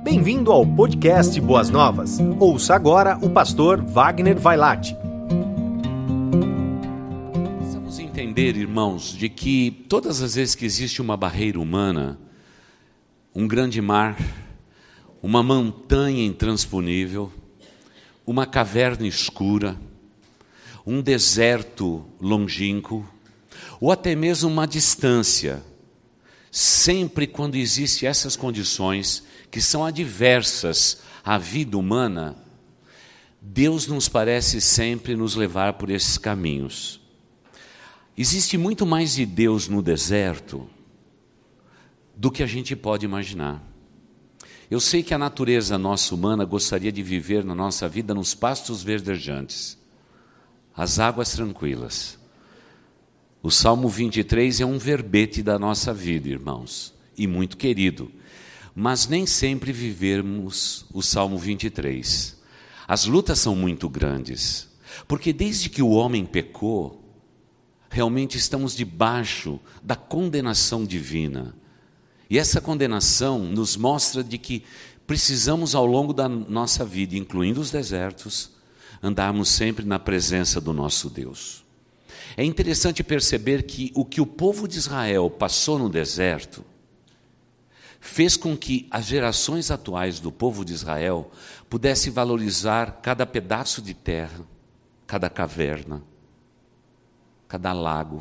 Bem-vindo ao podcast Boas Novas. Ouça agora o pastor Wagner Vailate. Precisamos entender, irmãos, de que todas as vezes que existe uma barreira humana, um grande mar, uma montanha intransponível, uma caverna escura, um deserto longínquo, ou até mesmo uma distância, sempre quando existem essas condições que são adversas à vida humana, Deus nos parece sempre nos levar por esses caminhos. Existe muito mais de Deus no deserto do que a gente pode imaginar. Eu sei que a natureza nossa humana gostaria de viver na nossa vida nos pastos verdejantes, as águas tranquilas. O Salmo 23 é um verbete da nossa vida, irmãos, e muito querido. Mas nem sempre vivemos o Salmo 23. As lutas são muito grandes, porque desde que o homem pecou, realmente estamos debaixo da condenação divina. E essa condenação nos mostra de que precisamos ao longo da nossa vida, incluindo os desertos, andarmos sempre na presença do nosso Deus. É interessante perceber que o que o povo de Israel passou no deserto fez com que as gerações atuais do povo de Israel pudessem valorizar cada pedaço de terra, cada caverna, cada lago,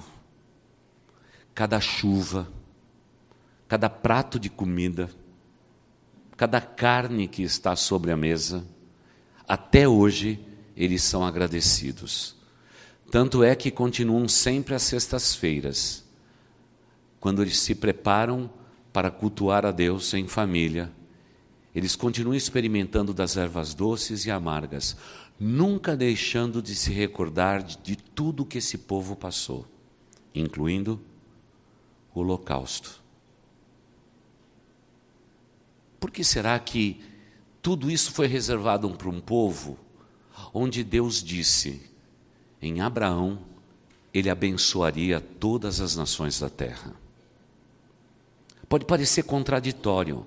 cada chuva, cada prato de comida, cada carne que está sobre a mesa. Até hoje eles são agradecidos. Tanto é que continuam sempre às sextas-feiras, quando eles se preparam para cultuar a Deus em família, eles continuam experimentando das ervas doces e amargas, nunca deixando de se recordar de tudo que esse povo passou, incluindo o holocausto. Por que será que tudo isso foi reservado para um povo onde Deus disse, em Abraão, ele abençoaria todas as nações da terra? Pode parecer contraditório,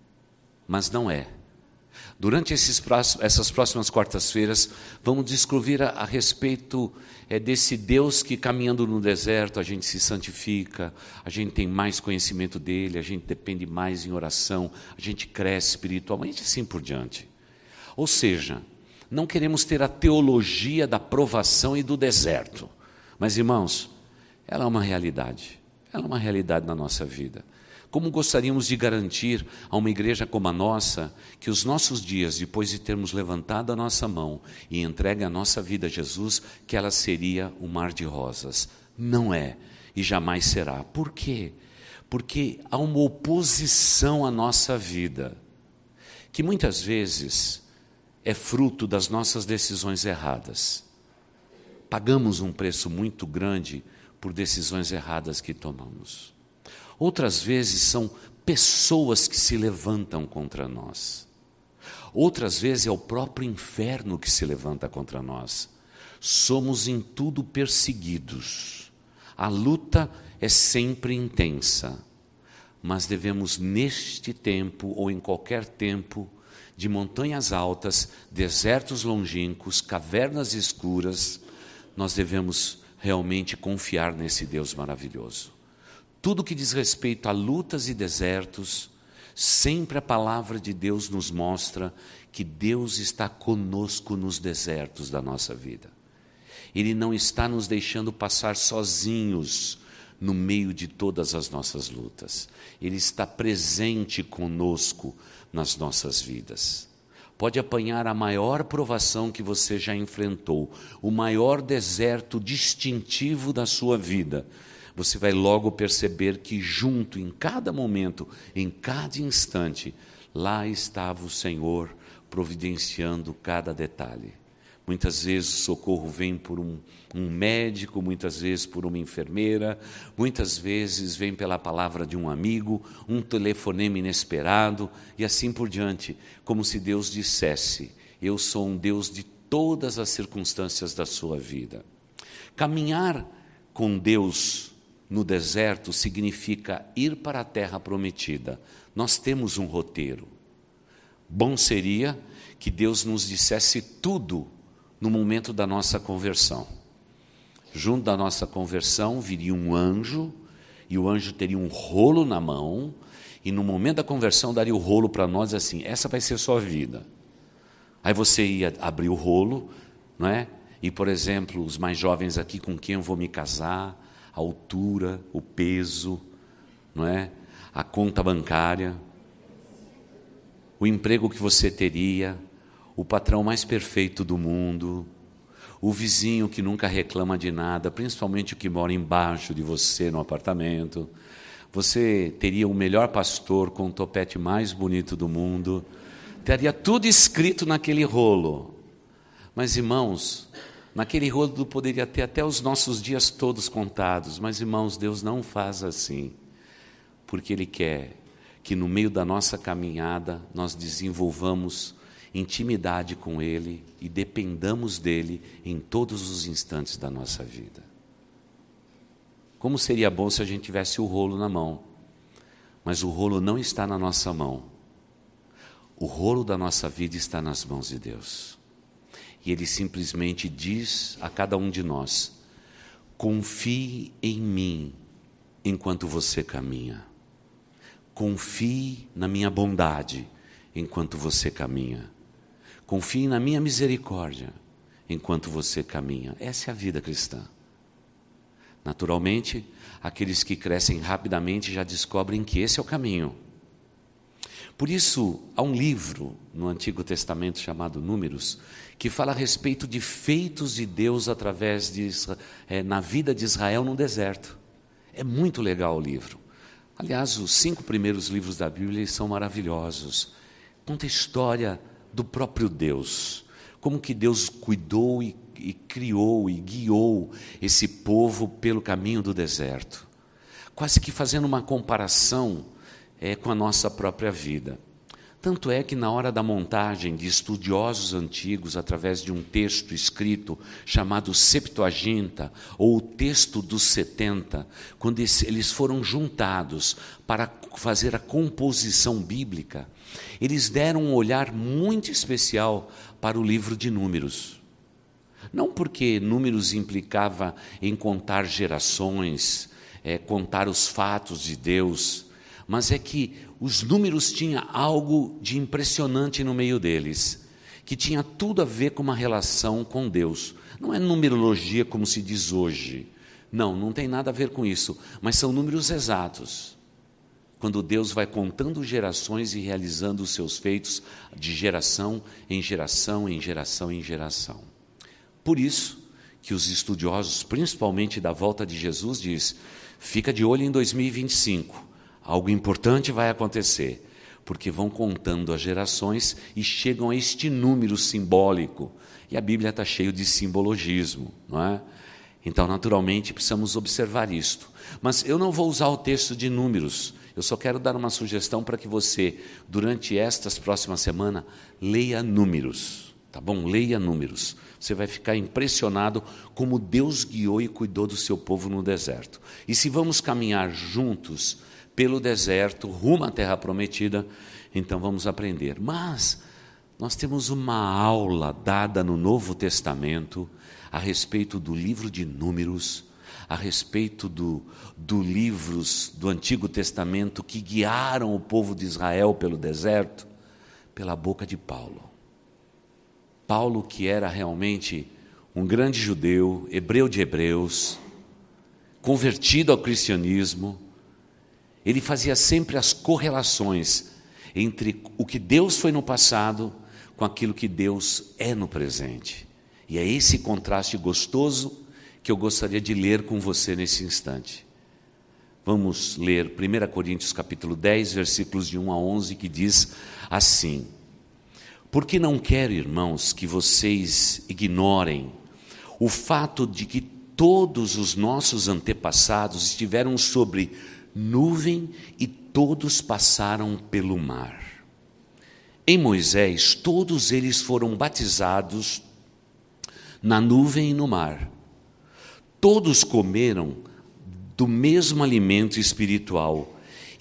mas não é. Durante essas próximas quartas-feiras, vamos descobrir a respeito desse Deus que, caminhando no deserto, a gente se santifica, a gente tem mais conhecimento dele, a gente depende mais em oração, a gente cresce espiritualmente e assim por diante. Ou seja, não queremos ter a teologia da provação e do deserto, mas, irmãos, ela é uma realidade na nossa vida. Como gostaríamos de garantir a uma igreja como a nossa, que os nossos dias, depois de termos levantado a nossa mão e entregue a nossa vida a Jesus, que ela seria um mar de rosas? Não é, e jamais será. Por quê? Porque há uma oposição à nossa vida, que muitas vezes é fruto das nossas decisões erradas. Pagamos um preço muito grande por decisões erradas que tomamos. Outras vezes são pessoas que se levantam contra nós. Outras vezes é o próprio inferno que se levanta contra nós. Somos em tudo perseguidos. A luta é sempre intensa. Mas devemos neste tempo ou em qualquer tempo, de montanhas altas, desertos longínquos, cavernas escuras, nós devemos realmente confiar nesse Deus maravilhoso. Tudo que diz respeito a lutas e desertos, sempre a palavra de Deus nos mostra que Deus está conosco nos desertos da nossa vida. Ele não está nos deixando passar sozinhos no meio de todas as nossas lutas. Ele está presente conosco nas nossas vidas. Pode apanhar a maior provação que você já enfrentou, o maior deserto distintivo da sua vida. Você vai logo perceber que junto, em cada momento, em cada instante, lá estava o Senhor providenciando cada detalhe. Muitas vezes o socorro vem por um médico, muitas vezes por uma enfermeira, muitas vezes vem pela palavra de um amigo, um telefonema inesperado e assim por diante, como se Deus dissesse, eu sou um Deus de todas as circunstâncias da sua vida. Caminhar com Deus no deserto significa ir para a terra prometida. Nós temos um roteiro, Bom seria que Deus nos dissesse tudo no momento da nossa conversão. Junto da nossa conversão viria um anjo, e o anjo teria um rolo na mão, e no momento da conversão daria o rolo para nós assim: essa vai ser sua vida. Aí você ia abrir o rolo, não é? E, por exemplo, os mais jovens aqui, com quem eu vou me casar, a altura, o peso, não é? A conta bancária, o emprego que você teria, o patrão mais perfeito do mundo, o vizinho que nunca reclama de nada, principalmente o que mora embaixo de você no apartamento. Você teria o melhor pastor com o topete mais bonito do mundo. Teria tudo escrito naquele rolo. Mas, irmãos, naquele rolo poderia ter até os nossos dias todos contados. Mas, irmãos, Deus não faz assim. Porque Ele quer que no meio da nossa caminhada nós desenvolvamos intimidade com Ele e dependamos dEle em todos os instantes da nossa vida. Como seria bom se a gente tivesse o rolo na mão, mas o rolo não está na nossa mão. O rolo da nossa vida está nas mãos de Deus. E Ele simplesmente diz a cada um de nós: confie em mim enquanto você caminha. Confie na minha bondade enquanto você caminha. Confie na minha misericórdia enquanto você caminha. Essa é a vida cristã. Naturalmente, aqueles que crescem rapidamente já descobrem que esse é o caminho. Por isso, há um livro no Antigo Testamento chamado Números, que fala a respeito de feitos de Deus através na vida de Israel no deserto. É muito legal o livro. Aliás, os 5 primeiros livros da Bíblia são maravilhosos. Conta a história do próprio Deus, como que Deus cuidou e criou e guiou esse povo pelo caminho do deserto, quase que fazendo uma comparação com a nossa própria vida. Tanto é que na hora da montagem de estudiosos antigos, através de um texto escrito chamado Septuaginta, ou o texto dos 70, quando eles foram juntados para fazer a composição bíblica, eles deram um olhar muito especial para o livro de Números. Não porque Números implicava em contar gerações, contar os fatos de Deus, mas é que os números tinham algo de impressionante no meio deles, que tinha tudo a ver com uma relação com Deus. Não é numerologia como se diz hoje, não tem nada a ver com isso, mas são números exatos. Quando Deus vai contando gerações e realizando os seus feitos de geração em geração, em geração em geração. Por isso que os estudiosos, principalmente da volta de Jesus, diz: fica de olho em 2025, algo importante vai acontecer, porque vão contando as gerações e chegam a este número simbólico, e a Bíblia está cheia de simbologismo, não é? Então, naturalmente, precisamos observar isto. Mas eu não vou usar o texto de Números, eu só quero dar uma sugestão para que você, durante estas próximas semanas, leia Números, tá bom? Leia Números. Você vai ficar impressionado como Deus guiou e cuidou do seu povo no deserto. E se vamos caminhar juntos pelo deserto, rumo à terra prometida, então vamos aprender. Mas nós temos uma aula dada no Novo Testamento a respeito do livro de Números, a respeito dos livros do Antigo Testamento que guiaram o povo de Israel pelo deserto, pela boca de Paulo. Paulo, que era realmente um grande judeu, hebreu de hebreus, convertido ao cristianismo, ele fazia sempre as correlações entre o que Deus foi no passado com aquilo que Deus é no presente. E é esse contraste gostoso que eu gostaria de ler com você nesse instante. Vamos ler 1 Coríntios capítulo 10, versículos de 1 a 11, que diz assim: porque não quero, irmãos, que vocês ignorem o fato de que todos os nossos antepassados estiveram sobre nuvem e todos passaram pelo mar. Em Moisés, todos eles foram batizados na nuvem e no mar. Todos comeram do mesmo alimento espiritual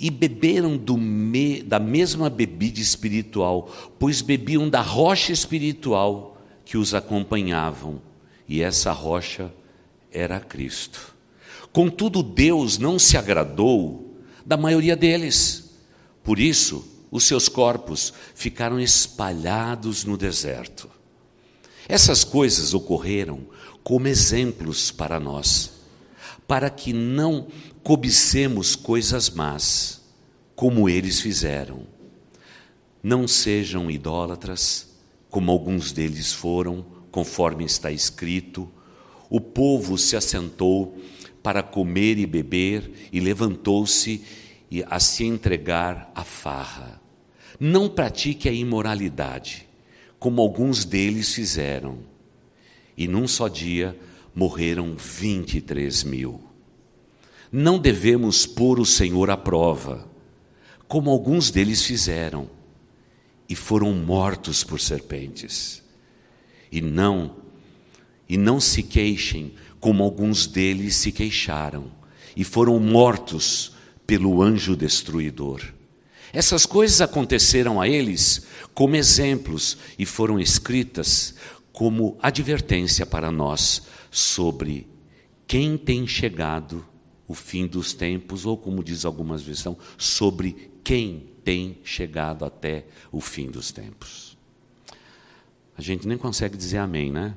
e beberam da mesma bebida espiritual, pois bebiam da rocha espiritual que os acompanhavam, e essa rocha era Cristo. Contudo, Deus não se agradou da maioria deles, por isso os seus corpos ficaram espalhados no deserto. Essas coisas ocorreram como exemplos para nós, para que não cobicemos coisas más, como eles fizeram. Não sejam idólatras, como alguns deles foram, conforme está escrito: o povo se assentou para comer e beber, e levantou-se a se entregar à farra. Não pratique a imoralidade, como alguns deles fizeram, e num só dia morreram 23.000. Não devemos pôr o Senhor à prova, como alguns deles fizeram, e foram mortos por serpentes. E não se queixem, como alguns deles se queixaram, e foram mortos pelo anjo destruidor. Essas coisas aconteceram a eles como exemplos e foram escritas como advertência para nós sobre quem tem chegado o fim dos tempos, ou como diz algumas versões, sobre quem tem chegado até o fim dos tempos. A gente nem consegue dizer amém, né?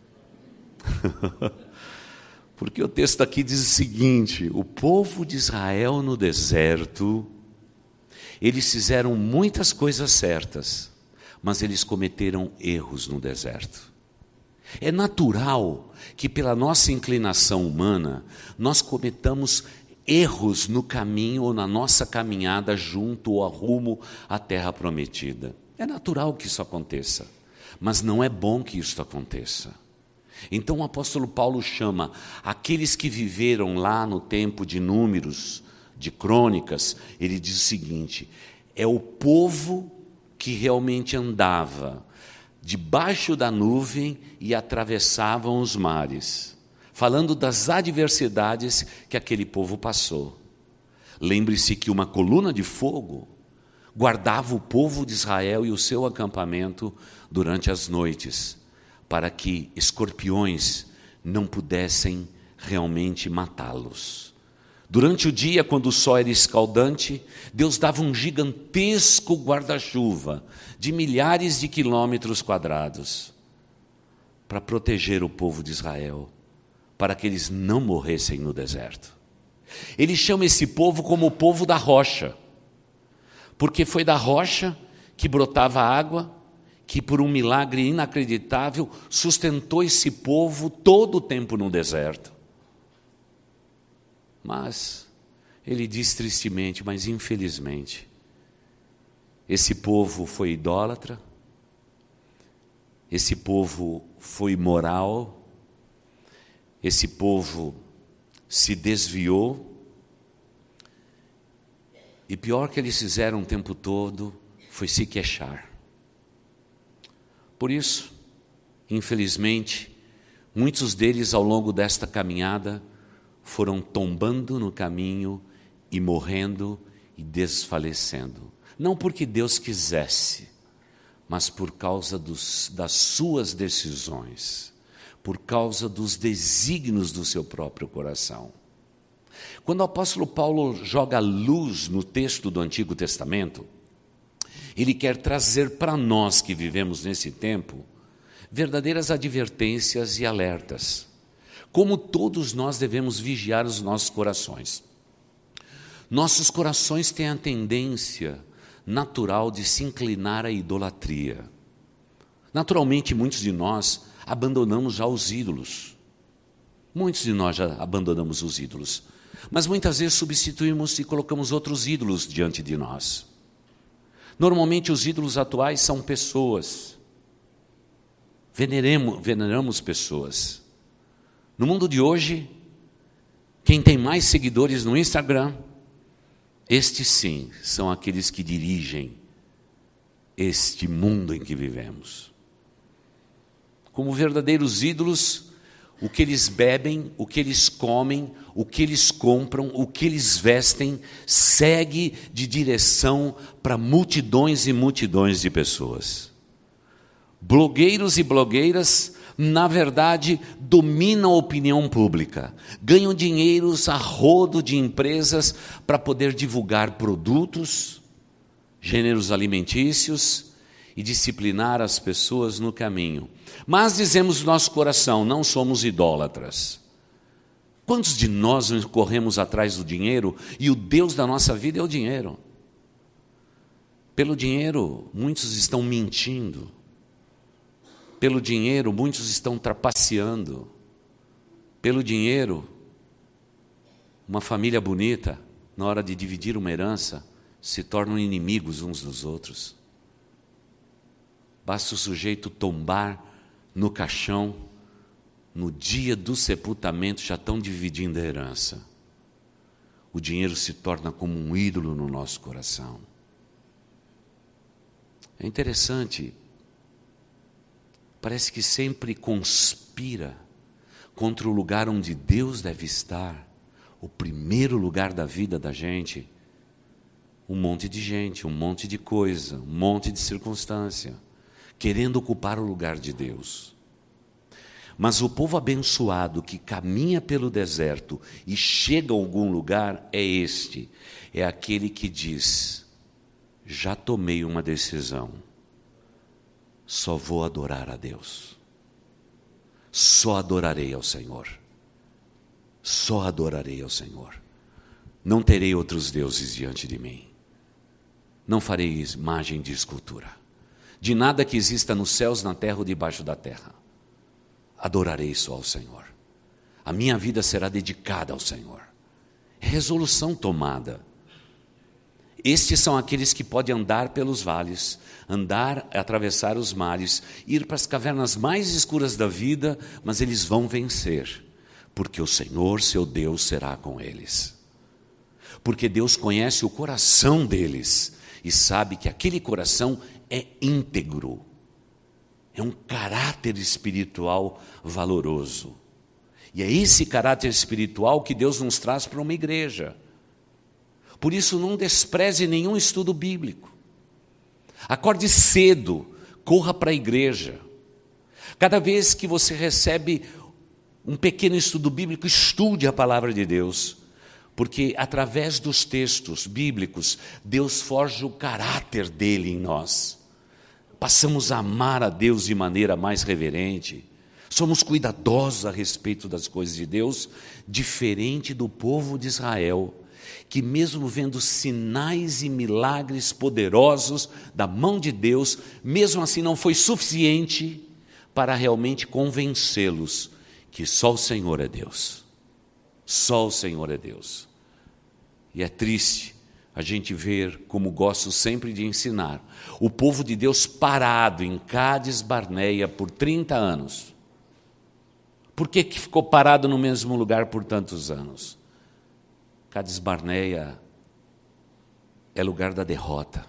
Porque o texto aqui diz o seguinte: o povo de Israel no deserto, eles fizeram muitas coisas certas, mas eles cometeram erros no deserto. É natural que pela nossa inclinação humana, nós cometamos erros no caminho ou na nossa caminhada junto ou rumo à terra prometida. É natural que isso aconteça, mas não é bom que isso aconteça. Então o apóstolo Paulo chama aqueles que viveram lá no tempo de Números, de Crônicas, ele diz o seguinte: é o povo que realmente andava debaixo da nuvem e atravessavam os mares, falando das adversidades que aquele povo passou. Lembre-se que uma coluna de fogo guardava o povo de Israel e o seu acampamento durante as noites, para que escorpiões não pudessem realmente matá-los. Durante o dia, quando o sol era escaldante, Deus dava um gigantesco guarda-chuva de milhares de quilômetros quadrados para proteger o povo de Israel, para que eles não morressem no deserto. Ele chama esse povo como o povo da rocha, porque foi da rocha que brotava água, que por um milagre inacreditável sustentou esse povo todo o tempo no deserto. Mas ele diz tristemente, mas infelizmente, esse povo foi idólatra, esse povo foi imoral, esse povo se desviou, e pior que eles fizeram o tempo todo foi se queixar. Por isso, infelizmente, muitos deles ao longo desta caminhada foram tombando no caminho e morrendo e desfalecendo. Não porque Deus quisesse, mas por causa das suas decisões, por causa dos desígnios do seu próprio coração. Quando o apóstolo Paulo joga luz no texto do Antigo Testamento, ele quer trazer para nós que vivemos nesse tempo verdadeiras advertências e alertas. Como todos nós devemos vigiar os nossos corações. Nossos corações têm a tendência natural de se inclinar à idolatria. Naturalmente, muitos de nós abandonamos já os ídolos. Muitos de nós já abandonamos os ídolos. Mas muitas vezes substituímos e colocamos outros ídolos diante de nós. Normalmente os ídolos atuais são pessoas. Veneramos pessoas. No mundo de hoje, quem tem mais seguidores no Instagram, estes sim são aqueles que dirigem este mundo em que vivemos. Como verdadeiros ídolos, o que eles bebem, o que eles comem, o que eles compram, o que eles vestem, segue de direção para multidões e multidões de pessoas. Blogueiros e blogueiras, na verdade, dominam a opinião pública, ganham dinheiros a rodo de empresas para poder divulgar produtos, gêneros alimentícios e disciplinar as pessoas no caminho. Mas dizemos no nosso coração, não somos idólatras. Quantos de nós corremos atrás do dinheiro e o Deus da nossa vida é o dinheiro? Pelo dinheiro, muitos estão mentindo. Pelo dinheiro, muitos estão trapaceando. Pelo dinheiro, uma família bonita, na hora de dividir uma herança, se tornam inimigos uns dos outros. Basta o sujeito tombar no caixão, no dia do sepultamento já estão dividindo a herança. O dinheiro se torna como um ídolo no nosso coração. É interessante, parece que sempre conspira contra o lugar onde Deus deve estar, o primeiro lugar da vida da gente. Um monte de gente, um monte de coisa, um monte de circunstância, querendo ocupar o lugar de Deus. Mas o povo abençoado que caminha pelo deserto e chega a algum lugar é este, é aquele que diz: já tomei uma decisão, só vou adorar a Deus, só adorarei ao Senhor, só adorarei ao Senhor, não terei outros deuses diante de mim, não farei imagem de escultura, de nada que exista nos céus, na terra ou debaixo da terra. Adorarei só ao Senhor. A minha vida será dedicada ao Senhor. É resolução tomada. Estes são aqueles que podem andar pelos vales, atravessar os mares, ir para as cavernas mais escuras da vida, mas eles vão vencer, porque o Senhor, seu Deus, será com eles. Porque Deus conhece o coração deles e sabe que aquele coração é íntegro. É um caráter espiritual valoroso. E é esse caráter espiritual que Deus nos traz para uma igreja. Por isso, não despreze nenhum estudo bíblico. Acorde cedo, corra para a igreja. Cada vez que você recebe um pequeno estudo bíblico, estude a palavra de Deus. Porque através dos textos bíblicos, Deus forja o caráter dele em nós. Passamos a amar a Deus de maneira mais reverente, somos cuidadosos a respeito das coisas de Deus, diferente do povo de Israel, que mesmo vendo sinais e milagres poderosos da mão de Deus, mesmo assim não foi suficiente para realmente convencê-los que só o Senhor é Deus, só o Senhor é Deus. E é triste a gente ver, como gosto sempre de ensinar, o povo de Deus parado em Cádiz Barneia por 30 anos. Por que ficou parado no mesmo lugar por tantos anos? Cádiz Barneia é lugar da derrota.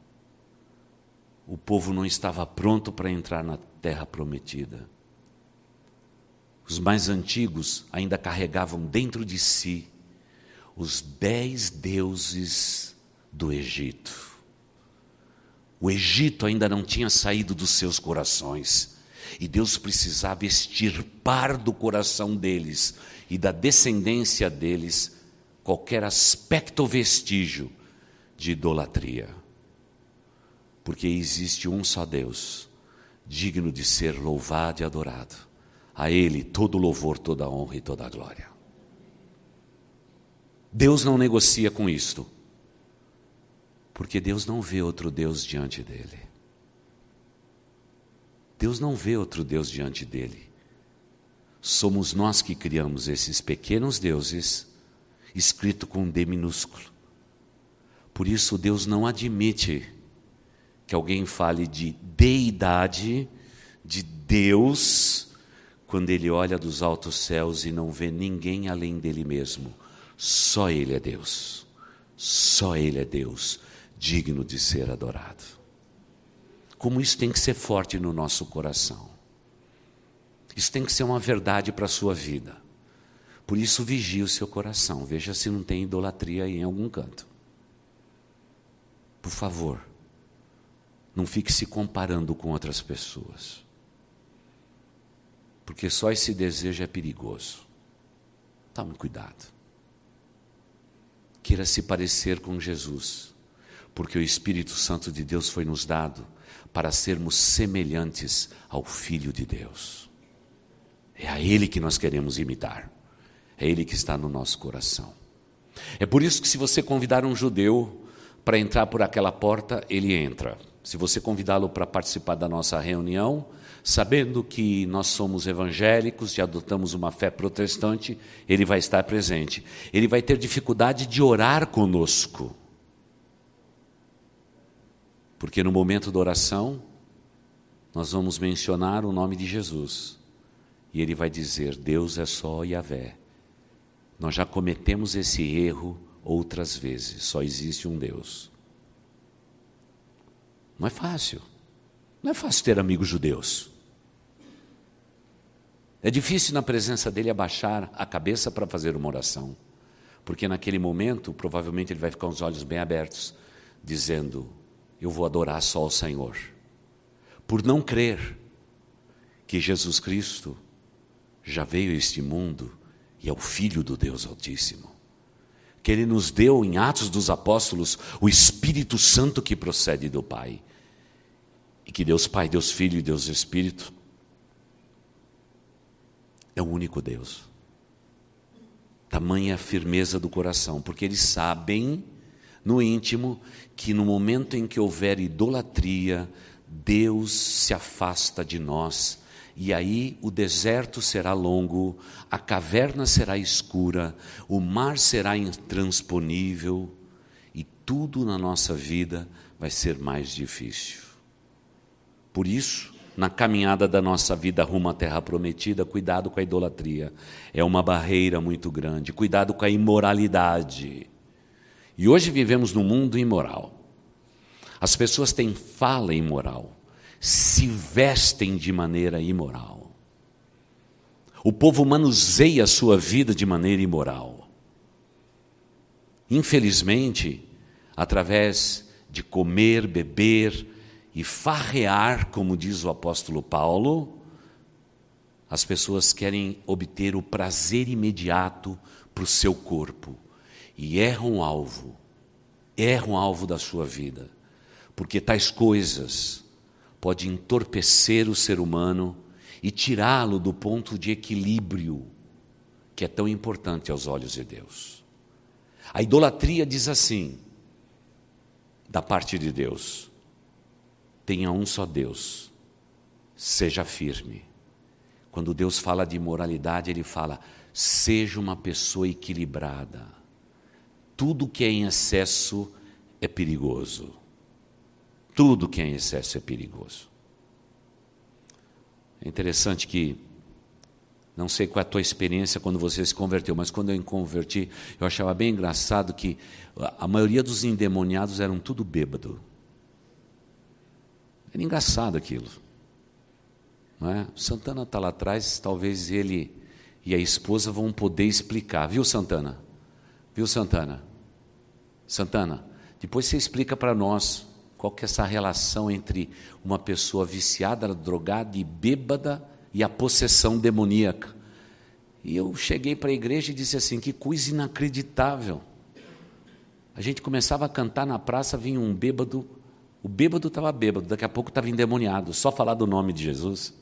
O povo não estava pronto para entrar na terra prometida. Os mais antigos ainda carregavam dentro de si os 10 deuses do Egito. O Egito ainda não tinha saído dos seus corações, e Deus precisava extirpar do coração deles e da descendência deles qualquer aspecto ou vestígio de idolatria. Porque existe um só Deus, digno de ser louvado e adorado. A Ele todo louvor, toda honra e toda glória. Deus não negocia com isto, porque Deus não vê outro Deus diante dele. Deus não vê outro Deus diante dele. Somos nós que criamos esses pequenos deuses, escrito com D minúsculo. Por isso Deus não admite que alguém fale de deidade, de Deus, quando Ele olha dos altos céus e não vê ninguém além dele mesmo. Só Ele é Deus, só Ele é Deus, digno de ser adorado. Como isso tem que ser forte no nosso coração. Isso tem que ser uma verdade para a sua vida. Por isso, vigie o seu coração. Veja se não tem idolatria aí em algum canto. Por favor, não fique se comparando com outras pessoas. Porque só esse desejo é perigoso. Tome cuidado. Queira se parecer com Jesus, porque o Espírito Santo de Deus foi nos dado para sermos semelhantes ao Filho de Deus. É a Ele que nós queremos imitar. É Ele que está no nosso coração. É por isso que se você convidar um judeu para entrar por aquela porta, ele entra. Se você convidá-lo para participar da nossa reunião, sabendo que nós somos evangélicos e adotamos uma fé protestante, ele vai estar presente. Ele vai ter dificuldade de orar conosco. Porque no momento da oração, nós vamos mencionar o nome de Jesus. E ele vai dizer, Deus é só Yahvé. Nós já cometemos esse erro outras vezes, só existe um Deus. Não é fácil. Não é fácil ter amigos judeus. É difícil na presença dele abaixar a cabeça para fazer uma oração. Porque naquele momento, provavelmente ele vai ficar com os olhos bem abertos, dizendo, eu vou adorar só o Senhor. Por não crer que Jesus Cristo já veio a este mundo e é o Filho do Deus Altíssimo. Que Ele nos deu em Atos dos Apóstolos o Espírito Santo que procede do Pai. E que Deus Pai, Deus Filho e Deus Espírito é o único Deus. Tamanha a firmeza do coração, porque eles sabem no íntimo que no momento em que houver idolatria, Deus se afasta de nós. E aí o deserto será longo, a caverna será escura, o mar será intransponível e tudo na nossa vida vai ser mais difícil. Por isso, na caminhada da nossa vida rumo à terra prometida, cuidado com a idolatria. É uma barreira muito grande. Cuidado com a imoralidade. E hoje vivemos num mundo imoral. As pessoas têm fala imoral. Se vestem de maneira imoral. O povo manuseia a sua vida de maneira imoral. Infelizmente, através de comer, beber e farrear, como diz o apóstolo Paulo, as pessoas querem obter o prazer imediato para o seu corpo e erram o alvo da sua vida, porque tais coisas pode entorpecer o ser humano e tirá-lo do ponto de equilíbrio que é tão importante aos olhos de Deus. A idolatria diz assim, da parte de Deus, tenha um só Deus, seja firme. Quando Deus fala de imoralidade, Ele fala, seja uma pessoa equilibrada. Tudo que é em excesso é perigoso. Tudo que é em excesso é perigoso. É interessante que, não sei qual é a tua experiência quando você se converteu, mas quando eu me converti, eu achava bem engraçado que a maioria dos endemoniados eram tudo bêbado. Era engraçado aquilo. Não é? Santana está lá atrás, talvez ele e a esposa vão poder explicar. Viu, Santana? Viu, Santana? Santana, depois você explica para nós qual que é essa relação entre uma pessoa viciada, drogada e bêbada e a possessão demoníaca. E eu cheguei para a igreja e disse assim, que coisa inacreditável. A gente começava a cantar na praça, vinha um bêbado, o bêbado estava bêbado, daqui a pouco estava endemoniado, só falar do nome de Jesus.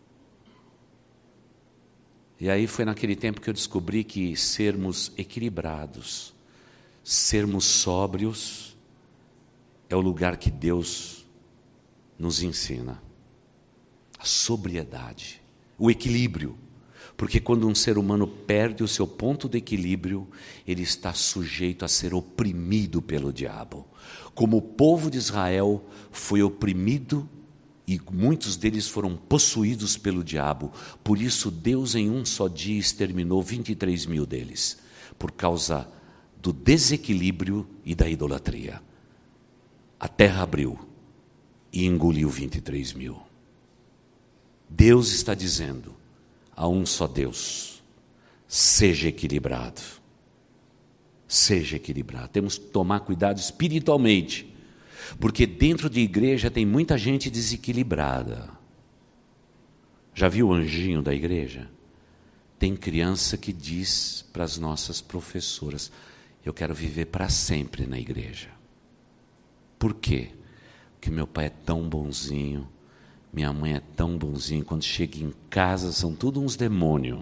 E aí foi naquele tempo que eu descobri que sermos equilibrados, sermos sóbrios, é o lugar que Deus nos ensina. A sobriedade, o equilíbrio. Porque quando um ser humano perde o seu ponto de equilíbrio, ele está sujeito a ser oprimido pelo diabo. Como o povo de Israel foi oprimido e muitos deles foram possuídos pelo diabo. Por isso Deus em um só dia exterminou 23 mil deles, por causa do desequilíbrio e da idolatria. A terra abriu e engoliu 23 mil. Deus está dizendo, há um só Deus. Seja equilibrado. Seja equilibrado. Temos que tomar cuidado espiritualmente, porque dentro de igreja tem muita gente desequilibrada. Já viu o anjinho da igreja? Tem criança que diz para as nossas professoras: eu quero viver para sempre na igreja. Por quê? Porque meu pai é tão bonzinho, minha mãe é tão bonzinho, quando chega em casa são tudo uns demônios.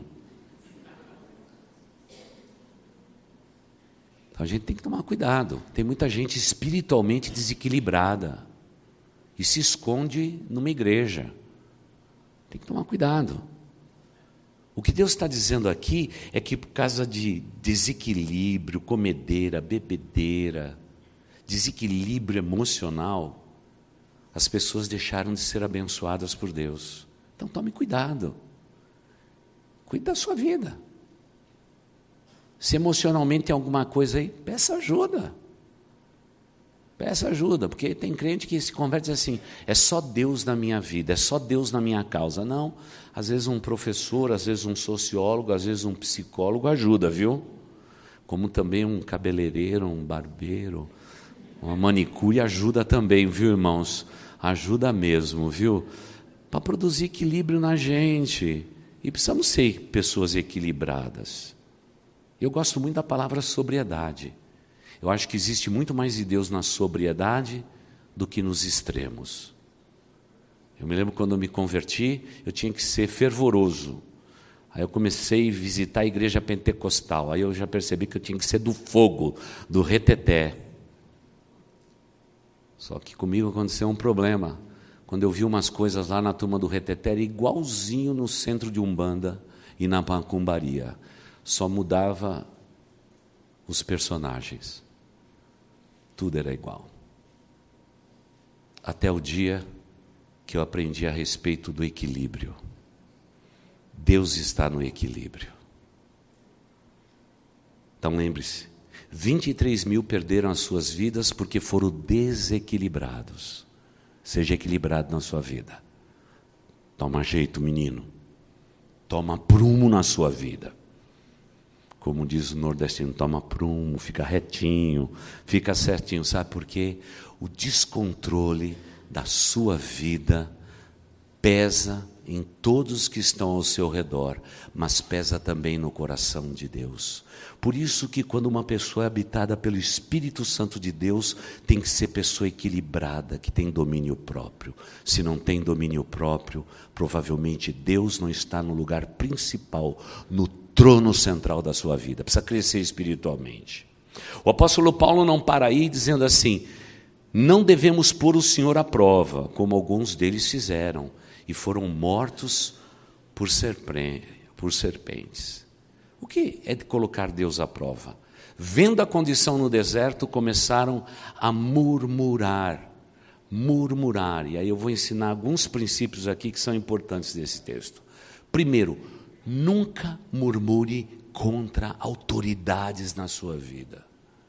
Então a gente tem que tomar cuidado. Tem muita gente espiritualmente desequilibrada e se esconde numa igreja. Tem que tomar cuidado. O que Deus está dizendo aqui é que por causa de desequilíbrio, comedeira, bebedeira, desequilíbrio emocional, as pessoas deixaram de ser abençoadas por Deus. Então tome cuidado. Cuide da sua vida. Se emocionalmente tem alguma coisa aí, peça ajuda. Peça ajuda, porque tem crente que se converte assim: é só Deus na minha vida, é só Deus na minha causa. Não, às vezes um professor, às vezes um sociólogo, às vezes um psicólogo ajuda, viu? Como também um cabeleireiro, um barbeiro, uma manicure ajuda também, viu, irmãos? Ajuda mesmo, viu? Para produzir equilíbrio na gente. E precisamos ser pessoas equilibradas. Eu gosto muito da palavra sobriedade. Eu acho que existe muito mais de Deus na sobriedade do que nos extremos. Eu me lembro quando eu me converti, eu tinha que ser fervoroso. Aí eu comecei a visitar a igreja pentecostal. Aí eu já percebi que eu tinha que ser do fogo, do reteté. Só que comigo aconteceu um problema. Quando eu vi umas coisas lá na turma do reteté, era igualzinho no centro de Umbanda e na macumbaria. Só mudava os personagens. Tudo era igual. Até o dia que eu aprendi a respeito do equilíbrio. Deus está no equilíbrio. Então lembre-se, 23 mil perderam as suas vidas porque foram desequilibrados. Seja equilibrado na sua vida. Toma jeito, menino. Toma prumo na sua vida. Como diz o nordestino, toma prumo, fica retinho, fica certinho. Sabe por quê? O descontrole da sua vida pesa em todos que estão ao seu redor, mas pesa também no coração de Deus. Por isso que quando uma pessoa é habitada pelo Espírito Santo de Deus, tem que ser pessoa equilibrada, que tem domínio próprio. Se não tem domínio próprio, provavelmente Deus não está no lugar principal, no trono central da sua vida. Precisa crescer espiritualmente. O apóstolo Paulo não para aí dizendo assim: não devemos pôr o Senhor à prova, como alguns deles fizeram, e foram mortos por serpentes. O que é de colocar Deus à prova? Vendo a condição no deserto, começaram a murmurar. E aí eu vou ensinar alguns princípios aqui que são importantes desse texto. Primeiro, nunca murmure contra autoridades na sua vida.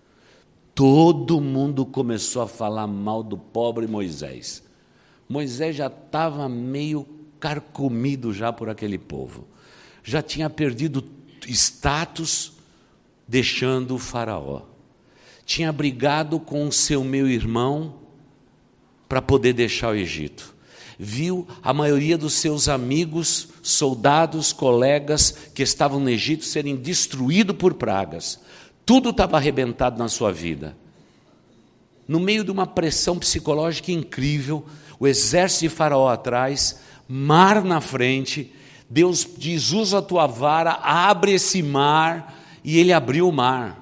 Todo mundo começou a falar mal do pobre Moisés. Moisés já estava meio carcomido já por aquele povo. Já tinha perdido status deixando o faraó. Tinha brigado com o seu meio-irmão para poder deixar o Egito. Viu a maioria dos seus amigos, soldados, colegas que estavam no Egito serem destruídos por pragas. Tudo estava arrebentado na sua vida. No meio de uma pressão psicológica incrível, o exército de Faraó atrás, mar na frente, Deus diz: usa a tua vara, abre esse mar, e ele abriu o mar.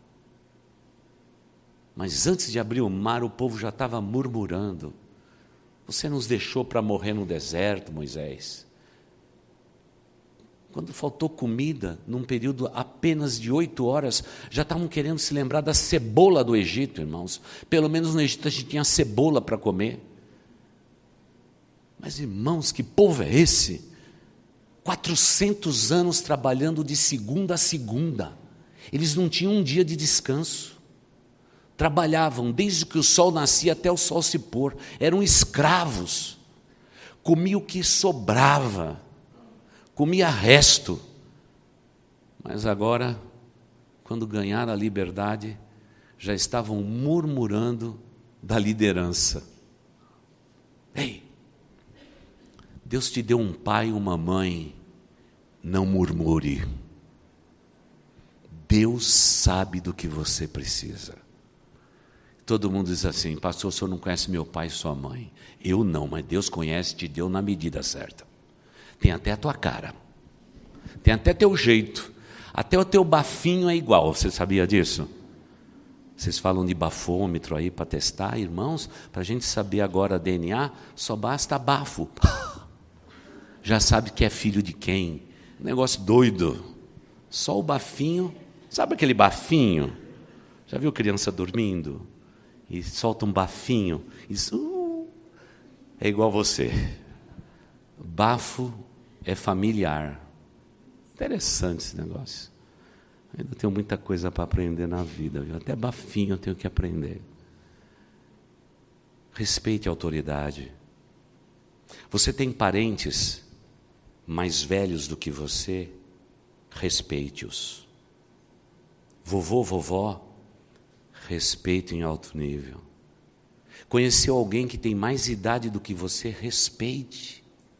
Mas antes de abrir o mar, o povo já estava murmurando: você nos deixou para morrer no deserto, Moisés. Quando faltou comida, num período apenas de 8 horas, já estavam querendo se lembrar da cebola do Egito, irmãos. Pelo menos no Egito a gente tinha cebola para comer. Mas, irmãos, que povo é esse? 400 anos trabalhando de segunda a segunda. Eles não tinham um dia de descanso. Trabalhavam desde que o sol nascia até o sol se pôr. Eram escravos. Comiam o que sobrava. comia resto. Mas agora, quando ganharam a liberdade, já estavam murmurando da liderança. Ei, Deus te deu um pai e uma mãe, não murmure. Deus sabe do que você precisa. Todo mundo diz assim: pastor, o senhor não conhece meu pai e sua mãe. Eu não, mas Deus conhece, te deu na medida certa. Tem até a tua cara, tem até teu jeito, até o teu bafinho é igual. Você sabia disso? Vocês falam de bafômetro aí para testar, irmãos? Para a gente saber agora DNA, só basta bafo. Já sabe que é filho de quem. Negócio doido. Só o bafinho. Sabe aquele bafinho? Já viu criança dormindo? E solta um bafinho. Isso é igual você. Bafo é familiar. Interessante esse negócio. Ainda tenho muita coisa para aprender na vida, viu? Até bafinho eu tenho que aprender. Respeite a autoridade. Você tem parentes mais velhos do que você? Respeite-os. Vovô, vovó, respeite em alto nível. Conheceu alguém que tem mais idade do que você? Respeite.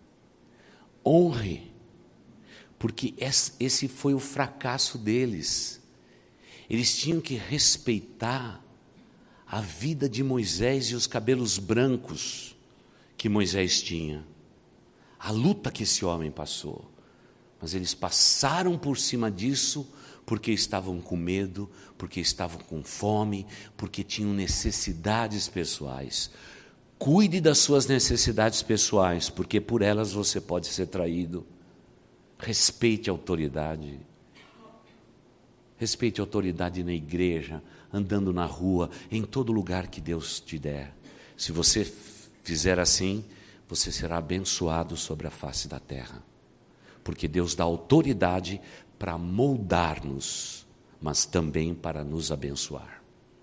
Honre. Porque esse foi o fracasso deles. Eles tinham que respeitar a vida de Moisés e os cabelos brancos que Moisés tinha. A luta que esse homem passou. Mas eles passaram por cima disso porque estavam com medo, porque estavam com fome, porque tinham necessidades pessoais. Cuide das suas necessidades pessoais, porque por elas você pode ser traído. Respeite a autoridade. Respeite a autoridade na igreja, andando na rua, em todo lugar que Deus te der. Se você fizer assim, você será abençoado sobre a face da terra. Porque Deus dá autoridade para moldar-nos, mas também para nos abençoar.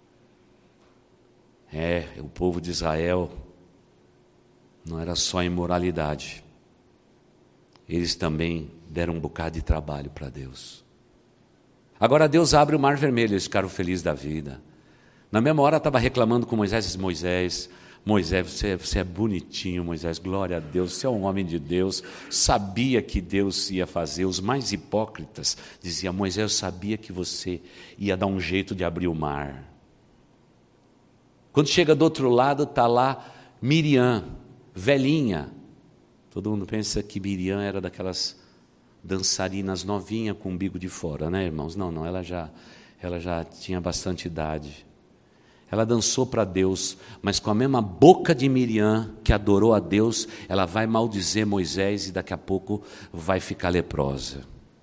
O povo de Israel não era só imoralidade. Eles também deram um bocado de trabalho para Deus. Agora Deus abre o mar vermelho, eles ficaram felizes da vida. Na mesma hora estava reclamando com Moisés, disse: Moisés, você é bonitinho, Moisés, glória a Deus, você é um homem de Deus, sabia que Deus ia fazer. Os mais hipócritas diziam: Moisés, eu sabia que você ia dar um jeito de abrir o mar. Quando chega do outro lado, está lá Miriam, velhinha. Todo mundo pensa que Miriam era daquelas dançarinas novinha com o umbigo de fora, né, irmãos? Não, ela já tinha bastante idade. Ela dançou para Deus, mas com a mesma boca de Miriam, que adorou a Deus, ela vai maldizer Moisés e daqui a pouco vai ficar leprosa.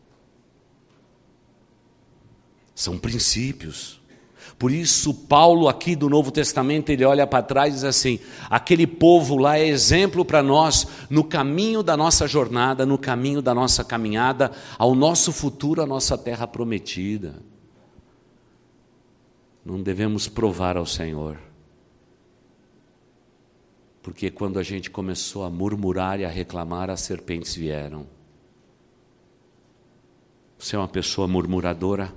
São princípios. Por isso Paulo aqui do Novo Testamento, ele olha para trás e diz assim: aquele povo lá é exemplo para nós no caminho da nossa jornada, no caminho da nossa caminhada ao nosso futuro, à nossa terra prometida. Não devemos provar ao Senhor, porque quando a gente começou a murmurar e a reclamar, as serpentes vieram. Você é uma pessoa murmuradora?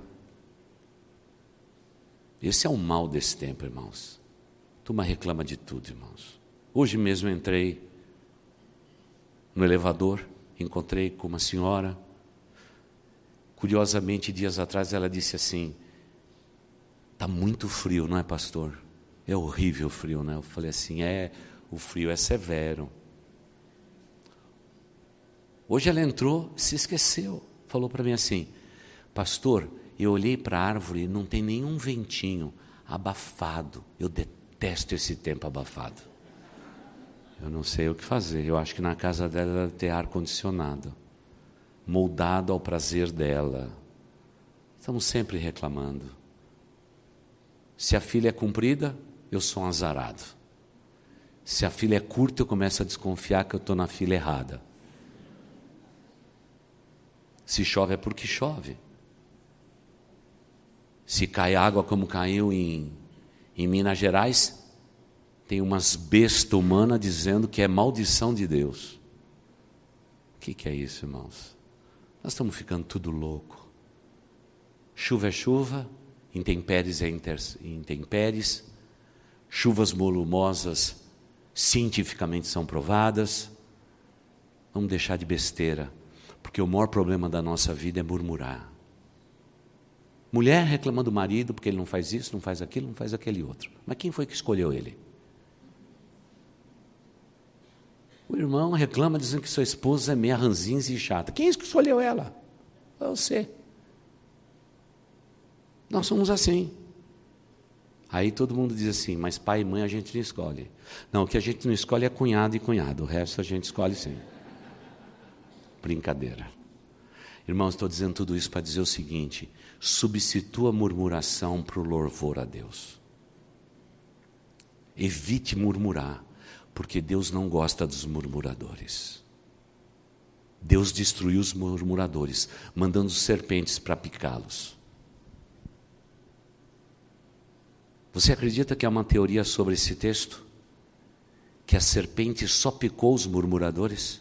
Esse é o mal desse tempo, irmãos. Turma reclama de tudo, irmãos. Hoje mesmo entrei no elevador, encontrei com uma senhora. Curiosamente, dias atrás, ela disse assim: está muito frio, não é, pastor? É horrível o frio, né? Eu falei assim: o frio é severo. Hoje ela entrou, se esqueceu. Falou para mim assim: pastor, eu olhei para a árvore e não tem nenhum ventinho, abafado. Eu detesto esse tempo abafado. Eu não sei o que fazer. Eu acho que na casa dela deve ter ar-condicionado, moldado ao prazer dela. Estamos sempre reclamando. Se a filha é comprida, eu sou um azarado. Se a filha é curta, eu começo a desconfiar que eu estou na fila errada. Se chove é porque chove. Se cai água como caiu em Minas Gerais, tem umas bestas humanas dizendo que é maldição de Deus. O que é isso, irmãos? Nós estamos ficando tudo louco. Chuva é chuva, intempéries é intempéries, chuvas volumosas cientificamente são provadas. Vamos deixar de besteira, porque o maior problema da nossa vida é murmurar. Mulher reclama do marido porque ele não faz isso, não faz aquilo, não faz aquele outro. Mas quem foi que escolheu ele? O irmão reclama dizendo que sua esposa é meia ranzinza e chata. Quem é que escolheu ela? É você. Nós somos assim. Aí todo mundo diz assim, mas pai e mãe a gente não escolhe. Não, o que a gente não escolhe é cunhado e cunhada, o resto a gente escolhe sim. Brincadeira. Irmãos, estou dizendo tudo isso para dizer o seguinte: substitua a murmuração para o louvor a Deus. Evite murmurar, porque Deus não gosta dos murmuradores. Deus destruiu os murmuradores, mandando serpentes para picá-los. Você acredita que há uma teoria sobre esse texto? Que a serpente só picou os murmuradores?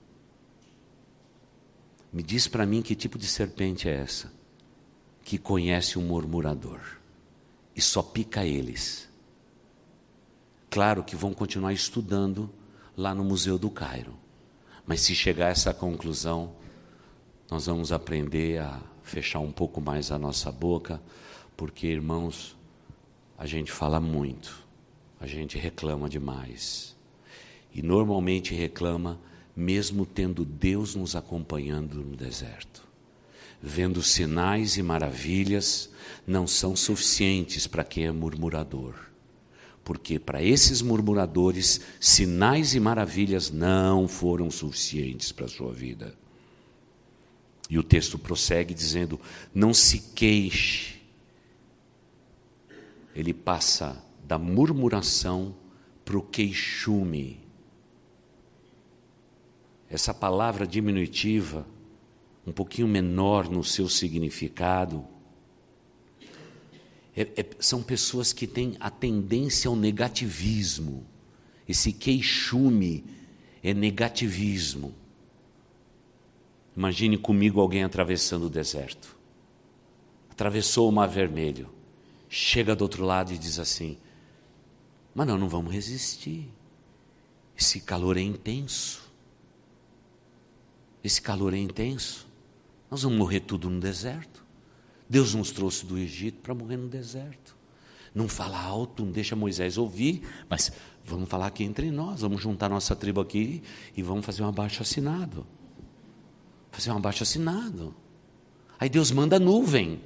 Me diz para mim que tipo de serpente é essa, que conhece um murmurador e só pica eles. Claro que vão continuar estudando lá no Museu do Cairo, mas se chegar a essa conclusão, nós vamos aprender a fechar um pouco mais a nossa boca, porque, irmãos, a gente fala muito, a gente reclama demais. E normalmente reclama mesmo tendo Deus nos acompanhando no deserto. Vendo sinais e maravilhas não são suficientes para quem é murmurador. Porque para esses murmuradores, sinais e maravilhas não foram suficientes para a sua vida. E o texto prossegue dizendo, não se queixe. Ele passa da murmuração para o queixume. Essa palavra diminutiva, um pouquinho menor no seu significado, são pessoas que têm a tendência ao negativismo. Esse queixume é negativismo. Imagine comigo alguém atravessando o deserto. Atravessou o Mar Vermelho. Chega do outro lado e diz assim, mas nós não vamos resistir. Esse calor é intenso. Esse calor é intenso. Nós vamos morrer tudo no deserto. Deus nos trouxe do Egito para morrer no deserto. Não fala alto, não deixa Moisés ouvir, mas vamos falar aqui entre nós, vamos juntar nossa tribo aqui e vamos fazer um abaixo-assinado. Fazer um abaixo-assinado. Aí Deus manda nuvem.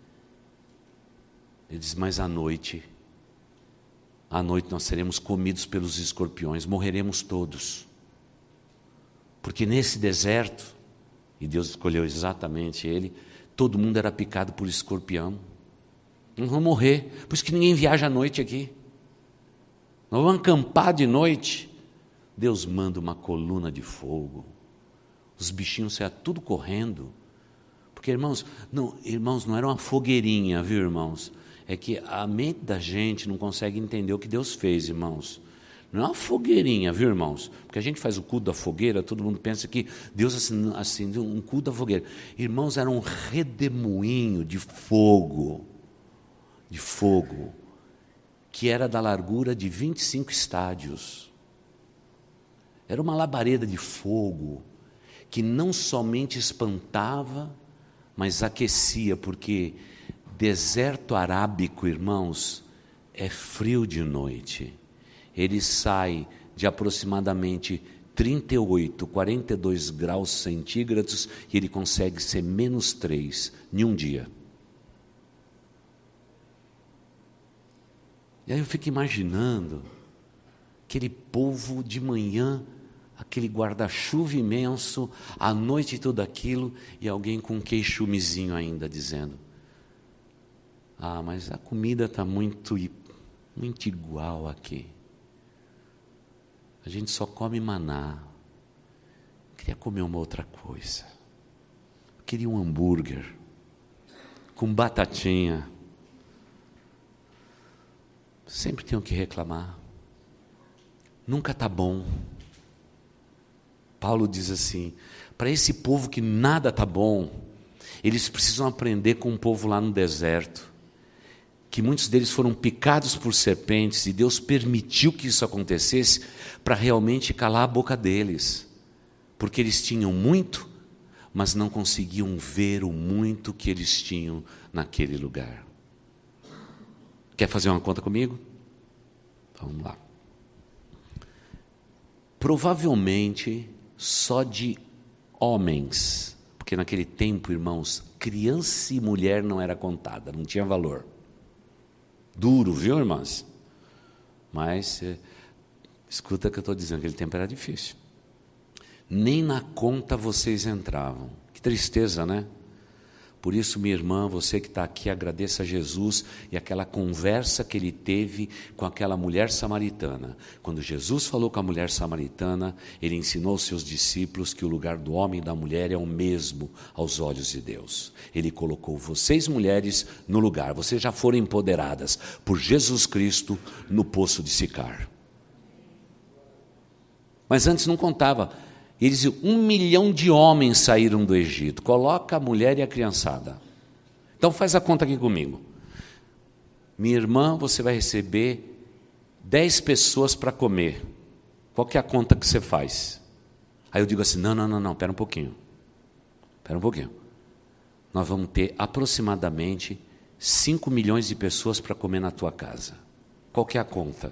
Ele diz, mas à noite nós seremos comidos pelos escorpiões, morreremos todos. Porque nesse deserto, e Deus escolheu exatamente ele, todo mundo era picado por escorpião. Nós vamos morrer, por isso que ninguém viaja à noite aqui. Nós vamos acampar de noite. Deus manda uma coluna de fogo. Os bichinhos saíam tudo correndo. Porque, irmãos, não era uma fogueirinha, viu, irmãos? É que a mente da gente não consegue entender o que Deus fez, irmãos. Não é uma fogueirinha, viu, irmãos? Porque a gente faz o culto da fogueira, todo mundo pensa que Deus acendeu um culto da fogueira. Irmãos, era um redemoinho de fogo, que era da largura de 25 estádios. Era uma labareda de fogo, que não somente espantava, mas aquecia, porque deserto arábico, irmãos, é frio de noite. Ele sai de aproximadamente 38, 42 graus centígrados e ele consegue ser menos 3 em um dia. E aí eu fico imaginando aquele povo de manhã, aquele guarda-chuva imenso, à noite tudo aquilo, e alguém com um queixumezinho ainda dizendo, mas a comida está muito igual aqui. A gente só come maná. Eu queria comer uma outra coisa. Eu queria um hambúrguer com batatinha. Sempre tenho que reclamar. Nunca está bom. Paulo diz assim, para esse povo que nada está bom, eles precisam aprender com um povo lá no deserto, que muitos deles foram picados por serpentes, e Deus permitiu que isso acontecesse para realmente calar a boca deles, porque eles tinham muito, mas não conseguiam ver o muito que eles tinham naquele lugar. Quer fazer uma conta comigo? Vamos lá. Provavelmente só de homens, porque naquele tempo, irmãos, criança e mulher não era contada, não tinha valor. Duro, viu, irmãs? Mas, escuta o que eu estou dizendo, aquele tempo era difícil. Nem na conta vocês entravam. Que tristeza, né? Por isso, minha irmã, você que está aqui, agradeça a Jesus e aquela conversa que ele teve com aquela mulher samaritana. Quando Jesus falou com a mulher samaritana, ele ensinou aos seus discípulos que o lugar do homem e da mulher é o mesmo aos olhos de Deus. Ele colocou vocês, mulheres, no lugar. Vocês já foram empoderadas por Jesus Cristo no poço de Sicar. Mas antes não contava. Eles diziam, 1 milhão de homens saíram do Egito. Coloca a mulher e a criançada. Então faz a conta aqui comigo. Minha irmã, você vai receber 10 pessoas para comer. Qual que é a conta que você faz? Aí eu digo assim, não, espera um pouquinho. Nós vamos ter aproximadamente 5 milhões de pessoas para comer na tua casa. Qual que é a conta?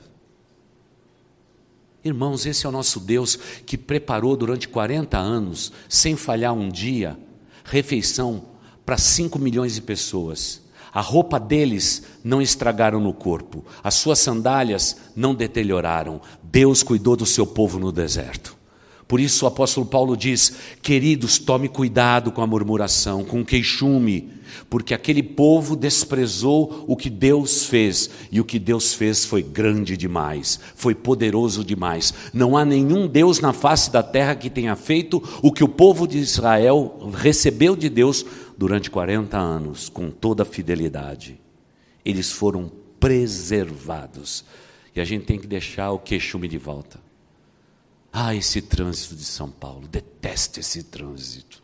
Irmãos, esse é o nosso Deus que preparou durante 40 anos, sem falhar um dia, refeição para 5 milhões de pessoas. A roupa deles não estragaram no corpo, as suas sandálias não deterioraram. Deus cuidou do seu povo no deserto. Por isso o apóstolo Paulo diz, queridos, tome cuidado com a murmuração, com o queixume, porque aquele povo desprezou o que Deus fez, e o que Deus fez foi grande demais, foi poderoso demais. Não há nenhum Deus na face da terra que tenha feito o que o povo de Israel recebeu de Deus durante 40 anos, com toda a fidelidade. Eles foram preservados, e a gente tem que deixar o queixume de volta. Esse trânsito de São Paulo, detesto esse trânsito.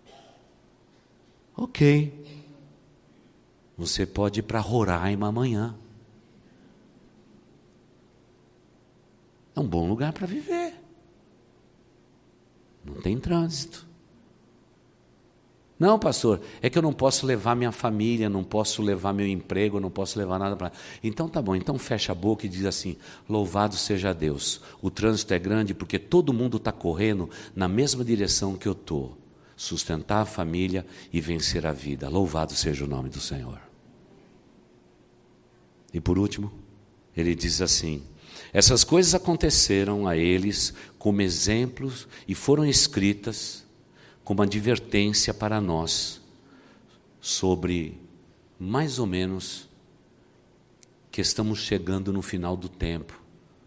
Ok, você pode ir para Roraima amanhã. É um bom lugar para viver. Não tem trânsito. Não, pastor, é que eu não posso levar minha família, não posso levar meu emprego, não posso levar nada para... Então tá bom, então fecha a boca e diz assim, louvado seja Deus. O trânsito é grande porque todo mundo está correndo na mesma direção que eu estou. Sustentar a família e vencer a vida. Louvado seja o nome do Senhor. E por último, ele diz assim, essas coisas aconteceram a eles como exemplos e foram escritas como advertência para nós sobre, mais ou menos, que estamos chegando no final do tempo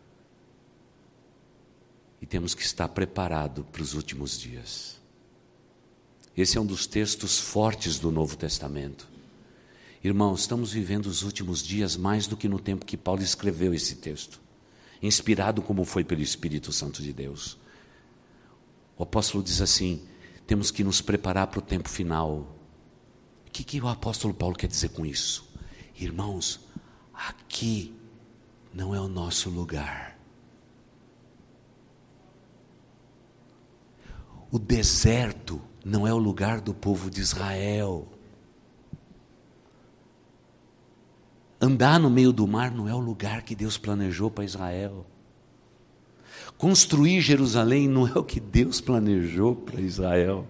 e temos que estar preparado para os últimos dias. Esse é um dos textos fortes do Novo Testamento. Irmãos, estamos vivendo os últimos dias mais do que no tempo que Paulo escreveu esse texto, inspirado como foi pelo Espírito Santo de Deus. O apóstolo diz assim, temos que nos preparar para o tempo final. O que o apóstolo Paulo quer dizer com isso? Irmãos, aqui não é o nosso lugar. O deserto não é o lugar do povo de Israel. Andar no meio do mar não é o lugar que Deus planejou para Israel. Construir Jerusalém não é o que Deus planejou para Israel.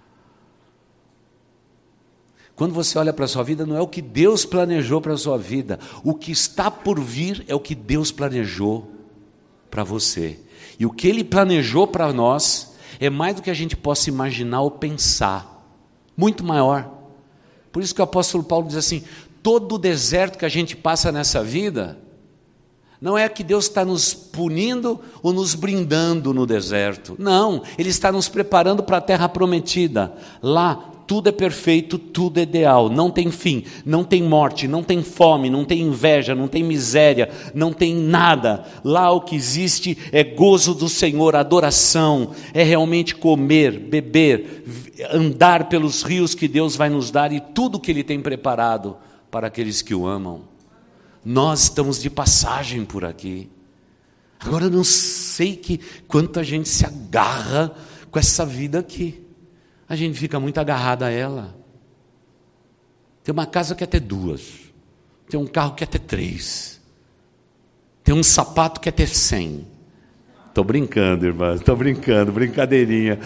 Quando você olha para a sua vida, não é o que Deus planejou para a sua vida. O que está por vir é o que Deus planejou para você. E o que Ele planejou para nós é mais do que a gente possa imaginar ou pensar. Muito maior. Por isso que o apóstolo Paulo diz assim, todo o deserto que a gente passa nessa vida, não é que Deus está nos punindo ou nos brindando no deserto. Não, Ele está nos preparando para a terra prometida. Lá tudo é perfeito, tudo é ideal, não tem fim, não tem morte, não tem fome, não tem inveja, não tem miséria, não tem nada. Lá o que existe é gozo do Senhor, adoração, é realmente comer, beber, andar pelos rios que Deus vai nos dar e tudo que Ele tem preparado para aqueles que o amam. Nós estamos de passagem por aqui. Agora eu não sei quanto a gente se agarra com essa vida aqui. A gente fica muito agarrado a ela. Tem uma casa que quer ter 2. Tem um carro que quer ter 3. Tem um sapato que quer ter 100. Estou brincando, irmã, estou brincando, brincadeirinha.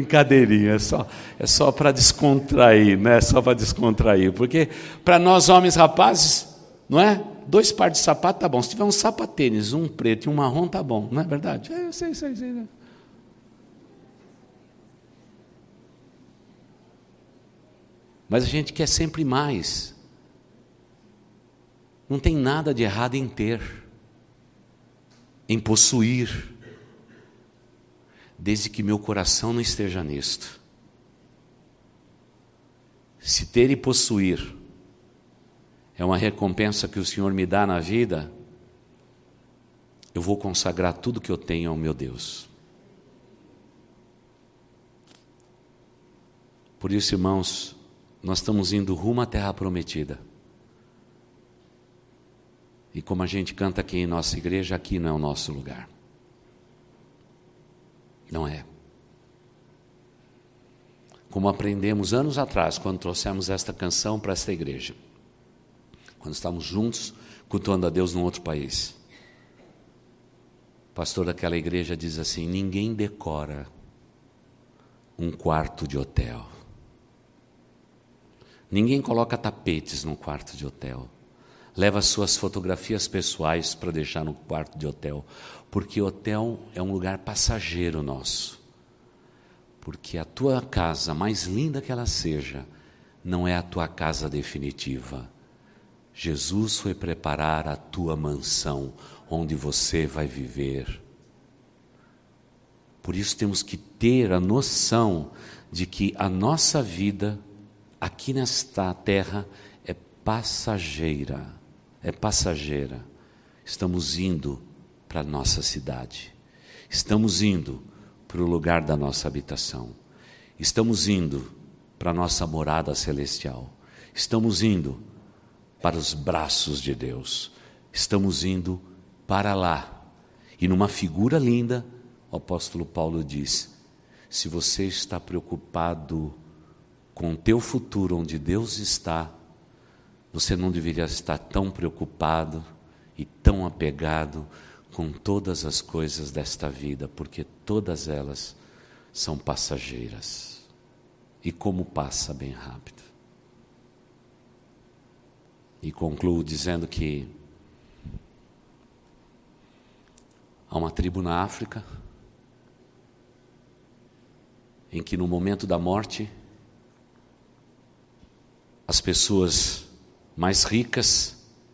É só para descontrair, né? Só para descontrair. Porque para nós homens rapazes, não é? 2 pares de sapato tá bom. Se tiver um sapatênis, um preto e um marrom, tá bom, não é verdade? Eu sei. Né? Mas a gente quer sempre mais. Não tem nada de errado em ter, em possuir, desde que meu coração não esteja nisto. Se ter e possuir é uma recompensa que o Senhor me dá na vida, eu vou consagrar tudo que eu tenho ao meu Deus. Por isso, irmãos, nós estamos indo rumo à terra prometida. E como a gente canta aqui em nossa igreja, aqui não é o nosso lugar. Não é. Como aprendemos anos atrás, quando trouxemos esta canção para esta igreja. Quando estávamos juntos, cultuando a Deus num outro país. O pastor daquela igreja diz assim: ninguém decora um quarto de hotel. Ninguém coloca tapetes num quarto de hotel. Leva suas fotografias pessoais para deixar no quarto de hotel. Porque hotel é um lugar passageiro nosso. Porque a tua casa, mais linda que ela seja, não é a tua casa definitiva. Jesus foi preparar a tua mansão, onde você vai viver. Por isso temos que ter a noção de que a nossa vida aqui nesta terra é passageira, Estamos indo para a nossa cidade, estamos indo para o lugar da nossa habitação, estamos indo para a nossa morada celestial, estamos indo para os braços de Deus, estamos indo para lá. E numa figura linda, o apóstolo Paulo diz: se você está preocupado com o teu futuro onde Deus está, você não deveria estar tão preocupado e tão apegado com todas as coisas desta vida, porque todas elas são passageiras. E como passa bem rápido. E concluo dizendo que há uma tribo na África em que no momento da morte as pessoas mais ricas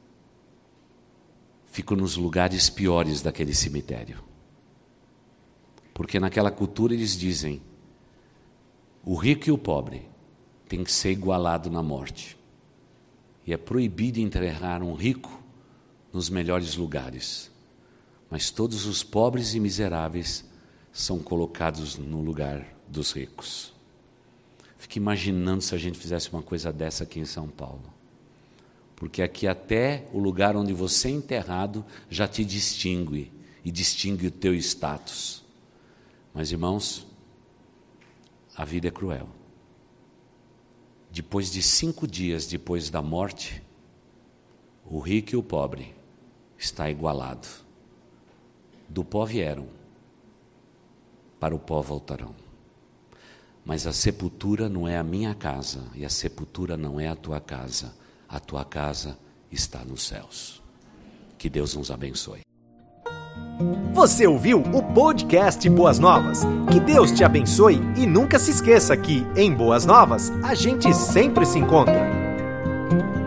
ficam nos lugares piores daquele cemitério. Porque naquela cultura eles dizem: o rico e o pobre têm que ser igualados na morte. E é proibido enterrar um rico nos melhores lugares. Mas todos os pobres e miseráveis são colocados no lugar dos ricos. Fique imaginando se a gente fizesse uma coisa dessa aqui em São Paulo. Porque aqui até o lugar onde você é enterrado já te distingue e distingue o teu status. Mas, irmãos, a vida é cruel. Depois de 5 dias depois da morte, o rico e o pobre está igualado. Do pó vieram, para o pó voltarão. Mas a sepultura não é a minha casa, e a sepultura não é a tua casa. A tua casa está nos céus. Que Deus nos abençoe. Você ouviu o podcast Boas Novas? Que Deus te abençoe e nunca se esqueça que, em Boas Novas, a gente sempre se encontra.